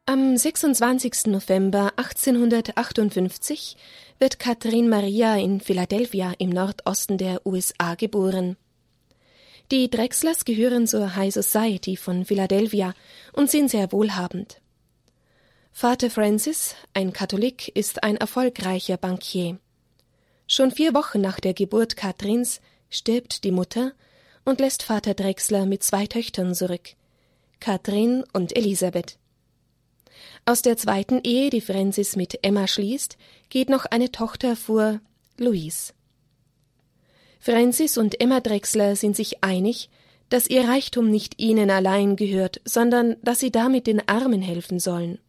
Am 26. November 1858 wird Catherine Maria in Philadelphia im Nordosten der USA geboren. Die Drexlers gehören zur High Society von Philadelphia und sind sehr wohlhabend. Vater Francis, ein Katholik, ist ein erfolgreicher Bankier. Schon 4 Wochen nach der Geburt Catherines stirbt die Mutter und lässt Vater Drexler mit 2 Töchtern zurück, Catherine und Elisabeth. Aus der zweiten Ehe, die Francis mit Emma schließt, geht noch eine Tochter hervor, Louise. Francis und Emma Drexler sind sich einig, dass ihr Reichtum nicht ihnen allein gehört, sondern dass sie damit den Armen helfen sollen.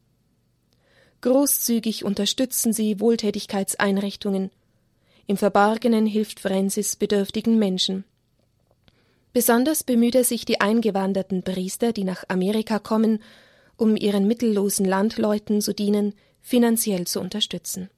Großzügig unterstützen sie Wohltätigkeitseinrichtungen. Im Verborgenen hilft Francis bedürftigen Menschen. Besonders bemüht er sich, die eingewanderten Priester, die nach Amerika kommen, um ihren mittellosen Landleuten zu dienen, finanziell zu unterstützen.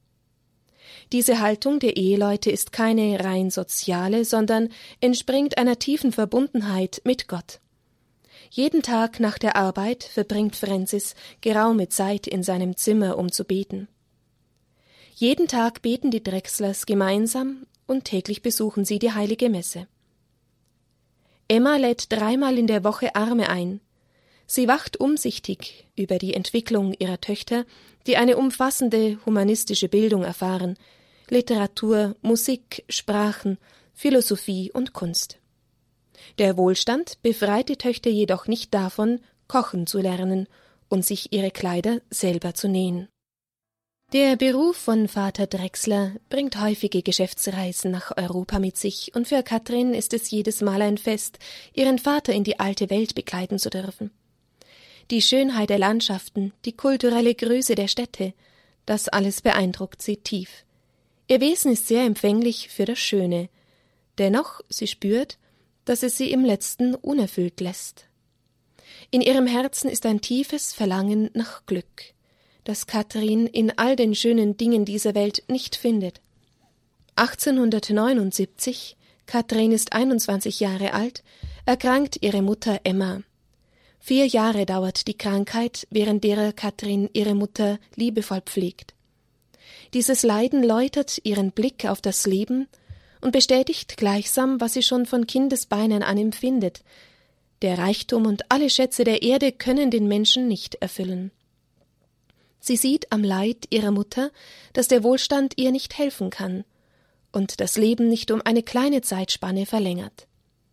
Diese Haltung der Eheleute ist keine rein soziale, sondern entspringt einer tiefen Verbundenheit mit Gott. Jeden Tag nach der Arbeit verbringt Francis geraume Zeit in seinem Zimmer, um zu beten. Jeden Tag beten die Drexlers gemeinsam und täglich besuchen sie die heilige Messe. Emma lädt 3-mal in der Woche Arme ein. Sie wacht umsichtig über die Entwicklung ihrer Töchter, die eine umfassende humanistische Bildung erfahren, Literatur, Musik, Sprachen, Philosophie und Kunst. Der Wohlstand befreit die Töchter jedoch nicht davon, kochen zu lernen und sich ihre Kleider selber zu nähen. Der Beruf von Vater Drexler bringt häufige Geschäftsreisen nach Europa mit sich, und für Catherine ist es jedes Mal ein Fest, ihren Vater in die alte Welt begleiten zu dürfen. Die Schönheit der Landschaften, die kulturelle Größe der Städte, das alles beeindruckt sie tief. Ihr Wesen ist sehr empfänglich für das Schöne. Dennoch, sie spürt, dass es sie im Letzten unerfüllt lässt. In ihrem Herzen ist ein tiefes Verlangen nach Glück, das Catherine in all den schönen Dingen dieser Welt nicht findet. 1879, Catherine ist 21 Jahre alt, erkrankt ihre Mutter Emma. 4 Jahre dauert die Krankheit, während derer Catherine ihre Mutter liebevoll pflegt. Dieses Leiden läutert ihren Blick auf das Leben und bestätigt gleichsam, was sie schon von Kindesbeinen an empfindet. Der Reichtum und alle Schätze der Erde können den Menschen nicht erfüllen. Sie sieht am Leid ihrer Mutter, dass der Wohlstand ihr nicht helfen kann und das Leben nicht um eine kleine Zeitspanne verlängert.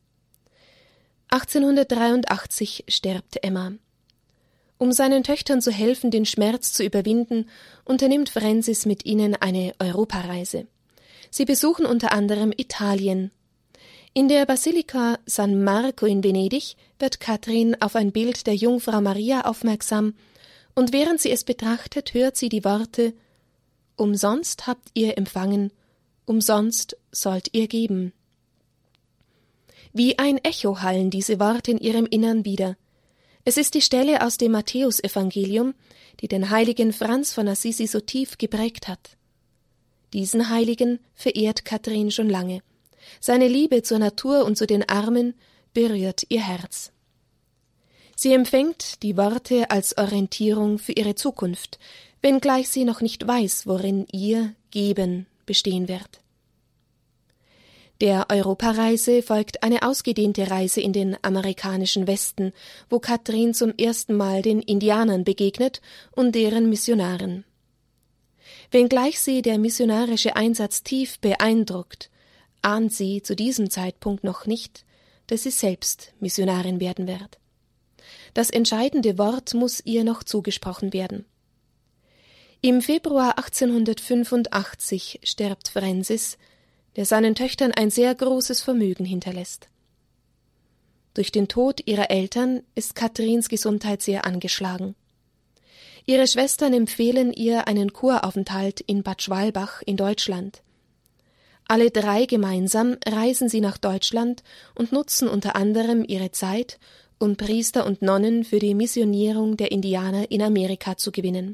1883 stirbt Emma. Um seinen Töchtern zu helfen, den Schmerz zu überwinden, unternimmt Francis mit ihnen eine Europareise. Sie besuchen unter anderem Italien. In der Basilika San Marco in Venedig wird Catherine auf ein Bild der Jungfrau Maria aufmerksam, und während sie es betrachtet, hört sie die Worte: »Umsonst habt ihr empfangen, umsonst sollt ihr geben.« Wie ein Echo hallen diese Worte in ihrem Innern wider. Es ist die Stelle aus dem Matthäusevangelium, die den heiligen Franz von Assisi so tief geprägt hat. Diesen Heiligen verehrt Catherine schon lange. Seine Liebe zur Natur und zu den Armen berührt ihr Herz. Sie empfängt die Worte als Orientierung für ihre Zukunft, wenngleich sie noch nicht weiß, worin ihr Geben bestehen wird. Der Europareise folgt eine ausgedehnte Reise in den amerikanischen Westen, wo Catherine zum ersten Mal den Indianern begegnet und deren Missionaren. Wenngleich sie der missionarische Einsatz tief beeindruckt, ahnt sie zu diesem Zeitpunkt noch nicht, dass sie selbst Missionarin werden wird. Das entscheidende Wort muss ihr noch zugesprochen werden. Im Februar 1885 stirbt Francis, der seinen Töchtern ein sehr großes Vermögen hinterlässt. Durch den Tod ihrer Eltern ist Catherines Gesundheit sehr angeschlagen. Ihre Schwestern empfehlen ihr einen Kuraufenthalt in Bad Schwalbach in Deutschland. Alle 3 gemeinsam reisen sie nach Deutschland und nutzen unter anderem ihre Zeit, um Priester und Nonnen für die Missionierung der Indianer in Amerika zu gewinnen.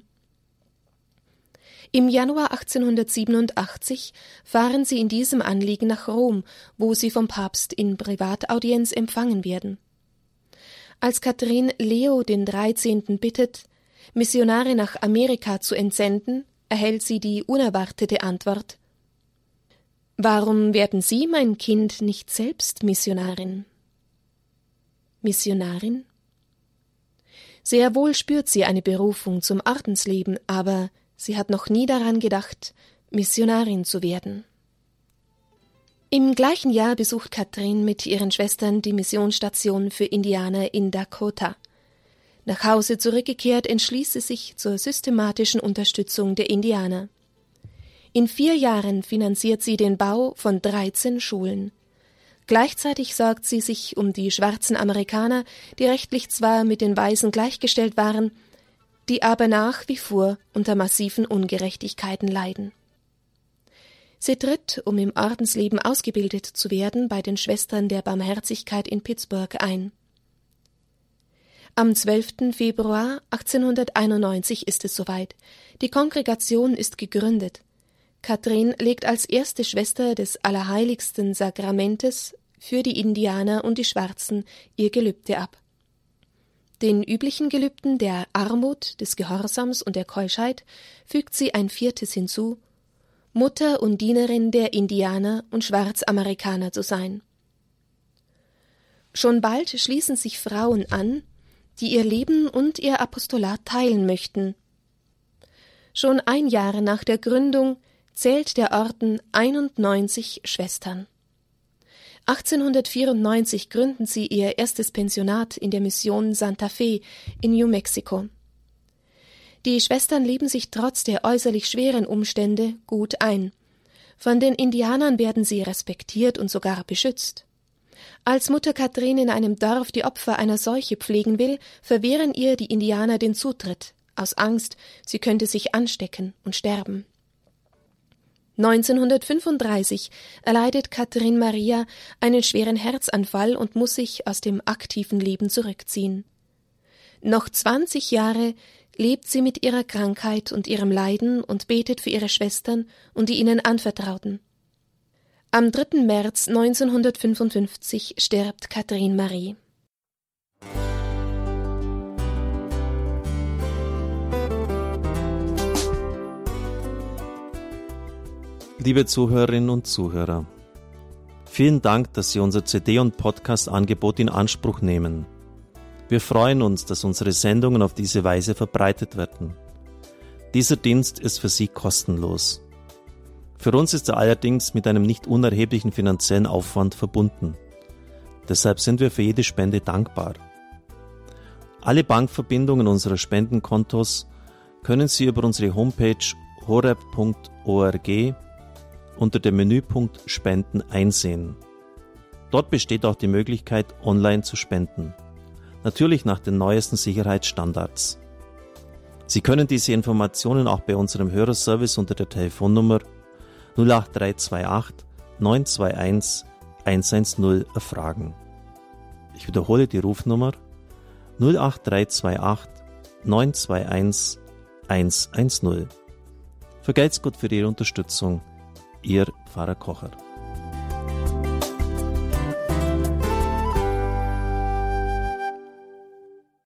Im Januar 1887 fahren sie in diesem Anliegen nach Rom, wo sie vom Papst in Privataudienz empfangen werden. Als Catherine Leo den 13. bittet, Missionare nach Amerika zu entsenden, erhält sie die unerwartete Antwort: Warum werden Sie, mein Kind, nicht selbst Missionarin? Missionarin? Sehr wohl spürt sie eine Berufung zum Ordensleben, aber sie hat noch nie daran gedacht, Missionarin zu werden. Im gleichen Jahr besucht Katrin mit ihren Schwestern die Missionsstation für Indianer in Dakota. Nach Hause zurückgekehrt, entschließt sie sich zur systematischen Unterstützung der Indianer. In 4 Jahren finanziert sie den Bau von 13 Schulen. Gleichzeitig sorgt sie sich um die schwarzen Amerikaner, die rechtlich zwar mit den Weißen gleichgestellt waren, die aber nach wie vor unter massiven Ungerechtigkeiten leiden. Sie tritt, um im Ordensleben ausgebildet zu werden, bei den Schwestern der Barmherzigkeit in Pittsburgh ein. Am 12. Februar 1891 ist es soweit. Die Kongregation ist gegründet. Katrin legt als erste Schwester des Allerheiligsten Sakramentes für die Indianer und die Schwarzen ihr Gelübde ab. Den üblichen Gelübden der Armut, des Gehorsams und der Keuschheit fügt sie ein 4. hinzu: Mutter und Dienerin der Indianer und Schwarzamerikaner zu sein. Schon bald schließen sich Frauen an, die ihr Leben und ihr Apostolat teilen möchten. Schon 1 Jahr nach der Gründung zählt der Orden 91 Schwestern. 1894 gründen sie ihr erstes Pensionat in der Mission Santa Fe in New Mexico. Die Schwestern leben sich trotz der äußerlich schweren Umstände gut ein. Von den Indianern werden sie respektiert und sogar beschützt. Als Mutter Katrin in einem Dorf die Opfer einer Seuche pflegen will, verwehren ihr die Indianer den Zutritt, aus Angst, sie könnte sich anstecken und sterben. 1935 erleidet Katrin Maria einen schweren Herzanfall und muss sich aus dem aktiven Leben zurückziehen. Noch 20 Jahre lebt sie mit ihrer Krankheit und ihrem Leiden und betet für ihre Schwestern und die ihnen Anvertrauten. Am 3. März 1955 stirbt Katrin Marie. Liebe Zuhörerinnen und Zuhörer, vielen Dank, dass Sie unser CD- und Podcast-Angebot in Anspruch nehmen. Wir freuen uns, dass unsere Sendungen auf diese Weise verbreitet werden. Dieser Dienst ist für Sie kostenlos. Für uns ist er allerdings mit einem nicht unerheblichen finanziellen Aufwand verbunden. Deshalb sind wir für jede Spende dankbar. Alle Bankverbindungen unserer Spendenkontos können Sie über unsere Homepage horeb.org unter dem Menüpunkt Spenden einsehen. Dort besteht auch die Möglichkeit, online zu spenden. Natürlich nach den neuesten Sicherheitsstandards. Sie können diese Informationen auch bei unserem Hörerservice unter der Telefonnummer 08328 921 110 erfragen. Ich wiederhole die Rufnummer 08328 921 110. Vergelt's Gott für Ihre Unterstützung. Ihr Pfarrer Kocher.